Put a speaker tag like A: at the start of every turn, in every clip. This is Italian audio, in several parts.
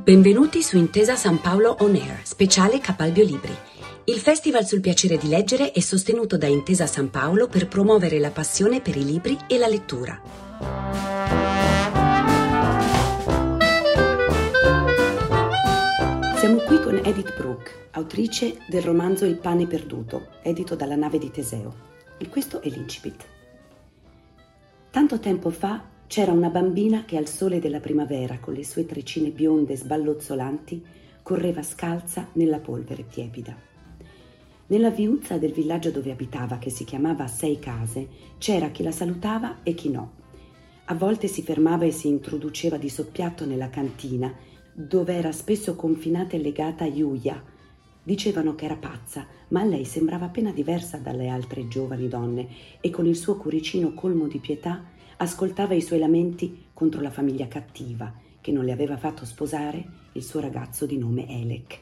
A: Benvenuti su Intesa San Paolo On Air, speciale Capalbio Libri. Il festival sul piacere di leggere è sostenuto da Intesa San Paolo per promuovere la passione per i libri e la lettura. Siamo qui con Edith Brooke, autrice del romanzo Il pane perduto, edito dalla Nave di Teseo. E questo è l'incipit. Tanto tempo fa c'era una bambina che al sole della primavera, con le sue treccine bionde sballozzolanti, correva scalza nella polvere tiepida. Nella viuzza del villaggio dove abitava, che si chiamava Sei Case, c'era chi la salutava e chi no. A volte si fermava e si introduceva di soppiatto nella cantina, dove era spesso confinata e legata Yuya. Dicevano che era pazza, ma a lei sembrava appena diversa dalle altre giovani donne e con il suo cuoricino colmo di pietà ascoltava i suoi lamenti contro la famiglia cattiva che non le aveva fatto sposare il suo ragazzo di nome Elec.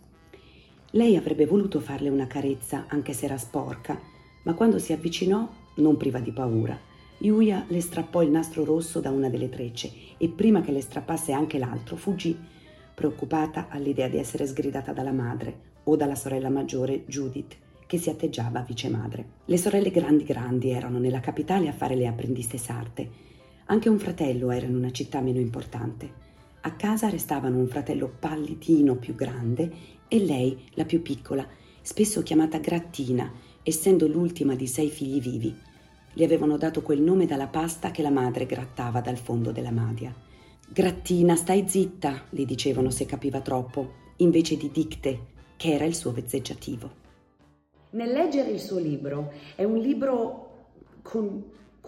A: Lei avrebbe voluto farle una carezza anche se era sporca, ma quando si avvicinò, non priva di paura, Yuya le strappò il nastro rosso da una delle trecce e prima che le strappasse anche l'altro fuggì, preoccupata all'idea di essere sgridata dalla madre o dalla sorella maggiore Judith, che si atteggiava vicemadre. Le sorelle grandi erano nella capitale a fare le apprendiste sarte. Anche un fratello era in una città meno importante. A casa restavano un fratello pallidino più grande e lei, la più piccola, spesso chiamata Grattina, essendo l'ultima di 6 figli vivi. Le avevano dato quel nome dalla pasta che la madre grattava dal fondo della madia. Grattina, stai zitta, le dicevano se capiva troppo, invece di dicte, che era il suo vezzeggiativo. Nel leggere il suo libro, è un libro con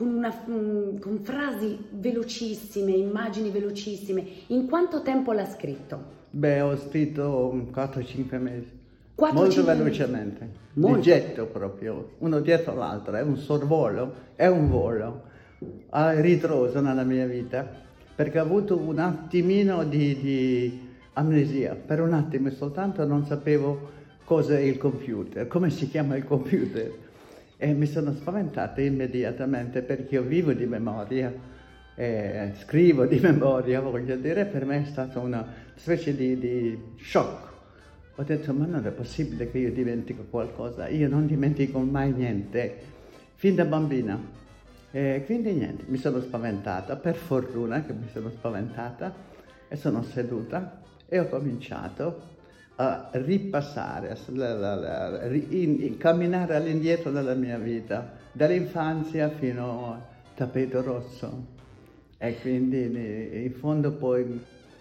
A: frasi velocissime, immagini velocissime. In quanto tempo l'ha scritto?
B: Ho scritto 4-5 mesi.
A: 4-5
B: molto
A: mesi.
B: Velocemente,
A: Molto.
B: di getto proprio, uno dietro l'altro, è un sorvolo, è un volo a ritroso nella mia vita, perché ho avuto un attimino di amnesia, per un attimo soltanto non sapevo cosa è il computer, come si chiama il computer, e mi sono spaventata immediatamente perché io vivo di memoria, scrivo di memoria, voglio dire, per me è stata una specie di shock. Ho detto, ma non è possibile che io dimentico qualcosa, io non dimentico mai niente, fin da bambina. Quindi niente, mi sono spaventata, per fortuna che mi sono spaventata, e sono seduta e ho cominciato a ripassare, a camminare all'indietro della mia vita, dall'infanzia fino al tappeto rosso. E quindi in fondo poi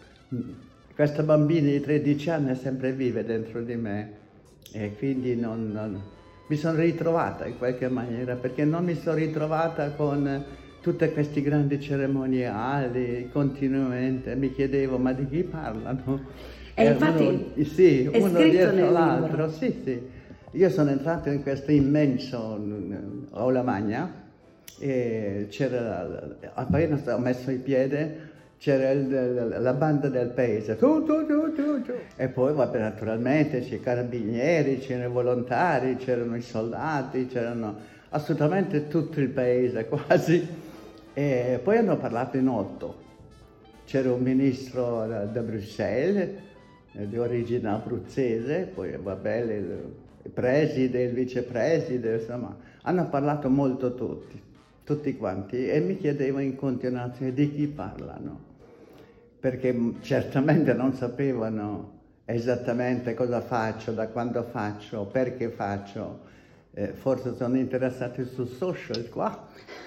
B: questa bambina di 13 anni è sempre viva dentro di me e quindi mi sono ritrovata in qualche maniera, perché non mi sono ritrovata con tutti questi grandi cerimoniali continuamente, mi chiedevo ma di chi parlano?
A: E infatti
B: uno dietro l'altro, sì. Io sono entrato in questo immenso aula magna e c'era, appena ho messo il piede, c'era la banda del paese, tu. E poi naturalmente c'erano i carabinieri, c'erano i volontari, c'erano i soldati, c'erano assolutamente tutto il paese quasi. E poi hanno parlato in 8. C'era un ministro da Bruxelles, di origine abruzzese, poi il preside, il vicepreside, insomma, hanno parlato molto tutti quanti, e mi chiedevo in continuazione di chi parlano, perché certamente non sapevano esattamente cosa faccio, da quando faccio, perché faccio, forse sono interessati sul social qua,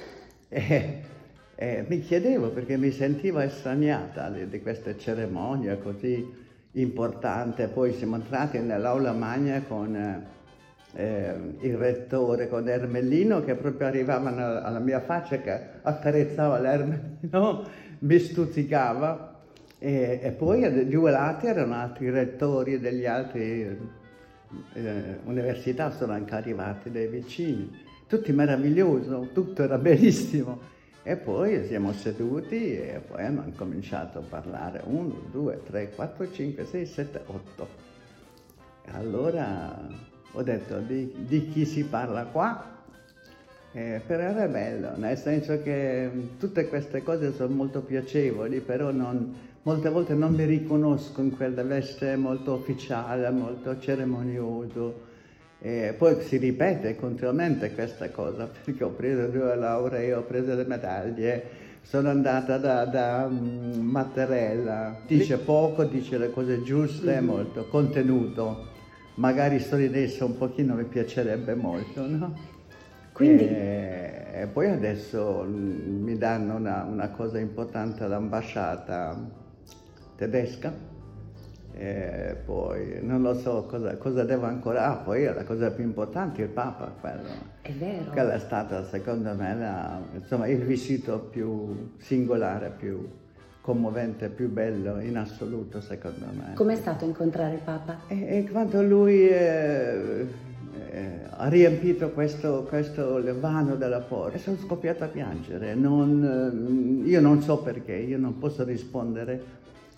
B: e mi chiedevo perché mi sentivo estraniata di queste cerimonie così importante. Poi siamo entrati nell'aula magna con il rettore, con Ermellino, che proprio arrivava alla mia faccia, che accarezzava l'Ermellino, mi stuzzicava, e poi giù ai lati erano altri rettori degli altri università, sono anche arrivati dei vicini, tutti meraviglioso, tutto era bellissimo. E poi siamo seduti e poi hanno cominciato a parlare, 1, 2, 3, 4, 5, 6, 7, 8. E allora ho detto, di chi si parla qua? Però era bello, nel senso che tutte queste cose sono molto piacevoli, però non molte volte non mi riconosco in quella veste molto ufficiale, molto cerimonioso. E poi si ripete continuamente questa cosa, perché ho preso 2 lauree, ho preso le medaglie, sono andata da Mattarella, dice poco, dice le cose giuste, molto contenuto, magari sorridesse un pochino mi piacerebbe molto, no?
A: Quindi...
B: E poi adesso mi danno una cosa importante all'ambasciata tedesca. E poi non lo so cosa devo ancora. Ah, poi la cosa più importante è il Papa, quello.
A: È vero.
B: Quello è stato secondo me insomma, il visito più singolare, più commovente, più bello in assoluto secondo me.
A: Com'è stato incontrare il Papa?
B: E quando lui ha riempito questo vano della porta, sono scoppiata a piangere. Io non so perché, io non posso rispondere.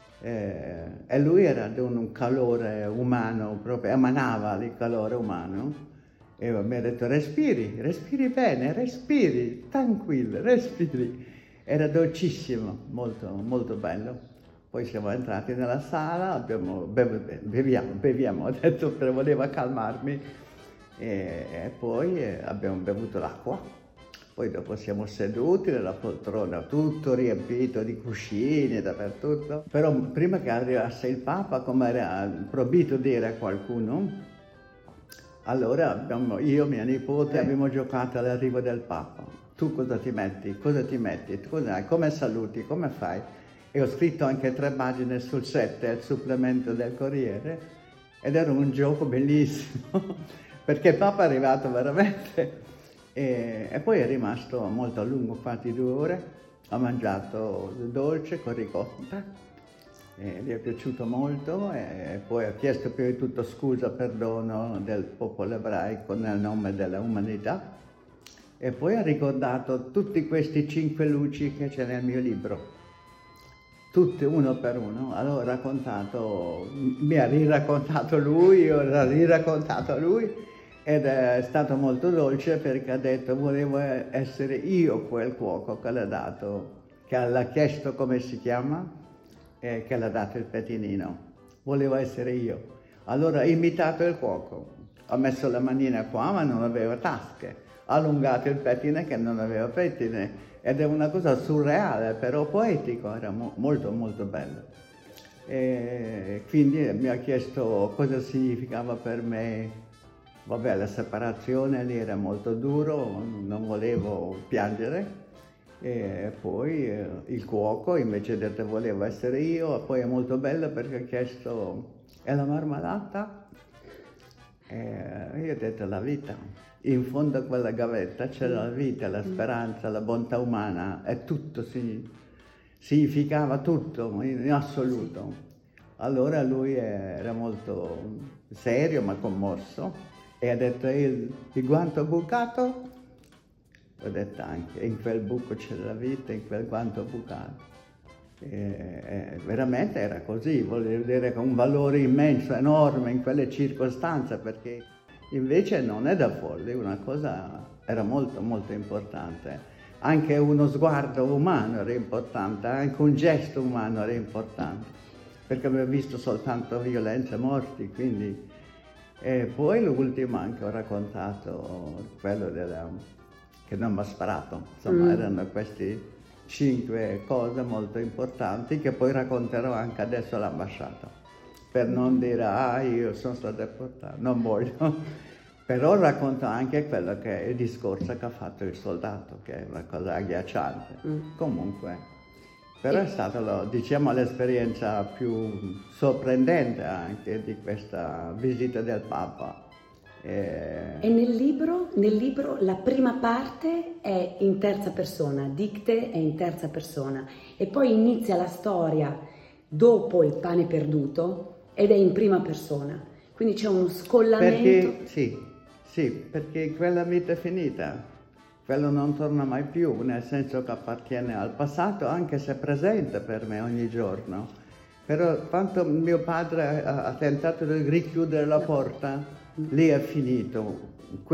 B: E lui era di un calore umano, proprio emanava di calore umano, e mi ha detto respiri bene, respiri, tranquillo, respiri. Era dolcissimo, molto, molto bello. Poi siamo entrati nella sala, beviamo, ho detto che voleva calmarmi, e poi abbiamo bevuto l'acqua. Poi dopo siamo seduti nella poltrona, tutto riempito di cuscini dappertutto. Però prima che arrivasse il Papa, come era proibito dire a qualcuno, allora io e mia nipote abbiamo giocato all'arrivo del Papa. Tu cosa ti metti? Cosa ti metti? Come saluti? Come fai? E ho scritto anche 3 pagine sul 7, il supplemento del Corriere, ed era un gioco bellissimo, perché il Papa è arrivato veramente... E poi è rimasto molto a lungo, quasi 2 ore, ha mangiato dolce con ricotta, gli è piaciuto molto, e poi ha chiesto prima di tutto scusa, perdono del popolo ebraico nel nome della umanità, e poi ha ricordato tutti questi 5 luci che c'è nel mio libro, tutte uno per uno. Allora mi ha riraccontato lui, io ho riraccontato a lui. Ed è stato molto dolce perché ha detto volevo essere io quel cuoco che l'ha dato, che l'ha chiesto come si chiama e che l'ha dato il pettinino. Volevo essere io. Allora ha imitato il cuoco, ha messo la manina qua ma non aveva tasche, ha allungato il pettine che non aveva pettine, ed è una cosa surreale però poetico, era molto molto bello. E quindi mi ha chiesto cosa significava per me. Vabbè, la separazione lì era molto duro, non volevo piangere, e poi il cuoco invece ha detto volevo essere io, poi è molto bello perché ha chiesto e la marmellata? E io ho detto la vita, in fondo a quella gavetta c'era la vita, la speranza, la bontà umana, e tutto significava tutto in assoluto. Allora lui era molto serio ma commosso. E ha detto il guanto bucato? Ho detto anche, in quel buco c'è la vita, in quel guanto bucato. Veramente era così, volevo dire che un valore immenso, enorme in quelle circostanze, perché invece non è da folli, una cosa era molto molto importante. Anche uno sguardo umano era importante, anche un gesto umano era importante, perché avevo visto soltanto violenze, morti, quindi... E poi l'ultimo anche ho raccontato, quello che non mi ha sparato, insomma erano queste 5 cose molto importanti che poi racconterò anche adesso all'ambasciata, per non dire io sono stato deportato, non voglio, però racconto anche quello che è il discorso che ha fatto il soldato, che è una cosa agghiacciante, comunque. Però è stata, diciamo, l'esperienza più sorprendente anche di questa visita del Papa.
A: E nel libro la prima parte è in terza persona, Dicte è in terza persona, e poi inizia la storia dopo il pane perduto ed è in prima persona. Quindi c'è uno scollamento.
B: Perché, sì, perché quella vita è finita. Quello non torna mai più, nel senso che appartiene al passato, anche se è presente per me ogni giorno. Però quando mio padre ha tentato di richiudere la porta, lì è finito.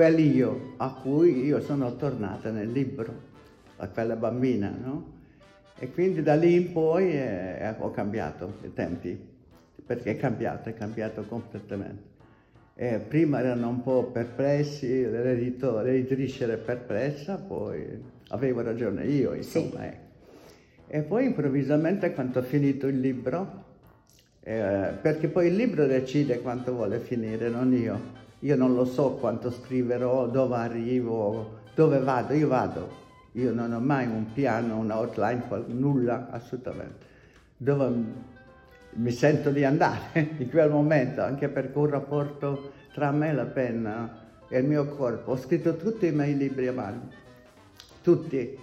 B: Quell'io a cui io sono tornata nel libro, a quella bambina, no? E quindi da lì in poi ho cambiato i tempi, perché è cambiato completamente. Prima erano un po' perplessi, l'editrice era perplessa, poi avevo ragione io, insomma. Sì. E poi improvvisamente, quando ho finito il libro, perché poi il libro decide quanto vuole finire, non io. Io non lo so quanto scriverò, dove arrivo, dove vado. Io non ho mai un piano, un outline, nulla, assolutamente. Dove mi sento di andare in quel momento, anche perché un rapporto tra me, la penna e il mio corpo. Ho scritto tutti i miei libri a mano, tutti.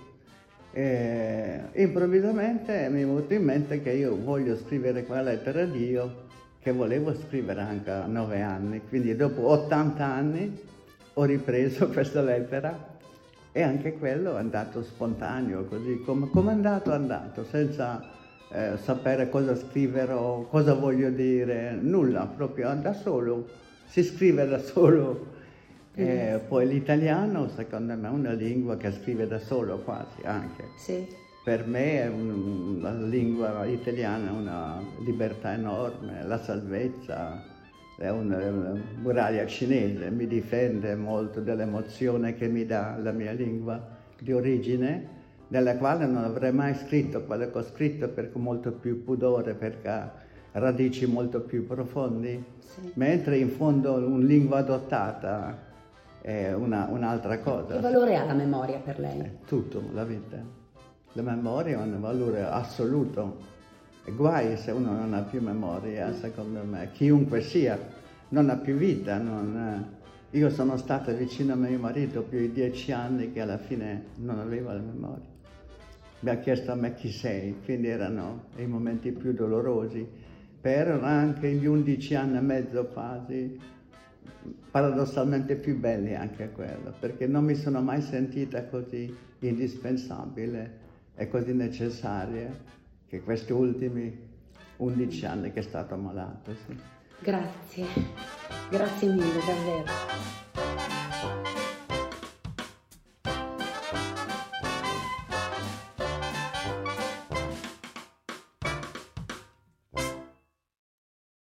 B: Improvvisamente mi è venuto in mente che io voglio scrivere quella lettera a Dio che volevo scrivere anche a 9 anni, quindi dopo 80 anni ho ripreso questa lettera e anche quello è andato spontaneo, così come è andato, senza sapere cosa scriverò, cosa voglio dire, nulla, proprio da solo, si scrive da solo. Poi l'italiano secondo me è una lingua che scrive da solo quasi anche.
A: Sì.
B: Per me la lingua italiana è una libertà enorme, la salvezza, è una muraglia cinese, mi difende molto dell'emozione che mi dà la mia lingua di origine, della quale non avrei mai scritto quello che ho scritto perché ho molto più pudore, perché ha radici molto più profondi, sì. Mentre in fondo una lingua adottata è un'altra cosa.
A: Che valore ha la memoria per lei?
B: Tutto, la vita. La memoria ha un valore assoluto. E guai se uno non ha più memoria, secondo me. Chiunque sia, non ha più vita. Io sono stata vicino a mio marito più di 10 anni che alla fine non aveva la memoria. Mi ha chiesto a me chi sei, quindi erano i momenti più dolorosi. Però anche gli 11 anni e mezzo quasi, paradossalmente più belli anche quello, perché non mi sono mai sentita così indispensabile e così necessaria che questi ultimi 11 anni che è stato malato. Sì.
A: Grazie mille davvero.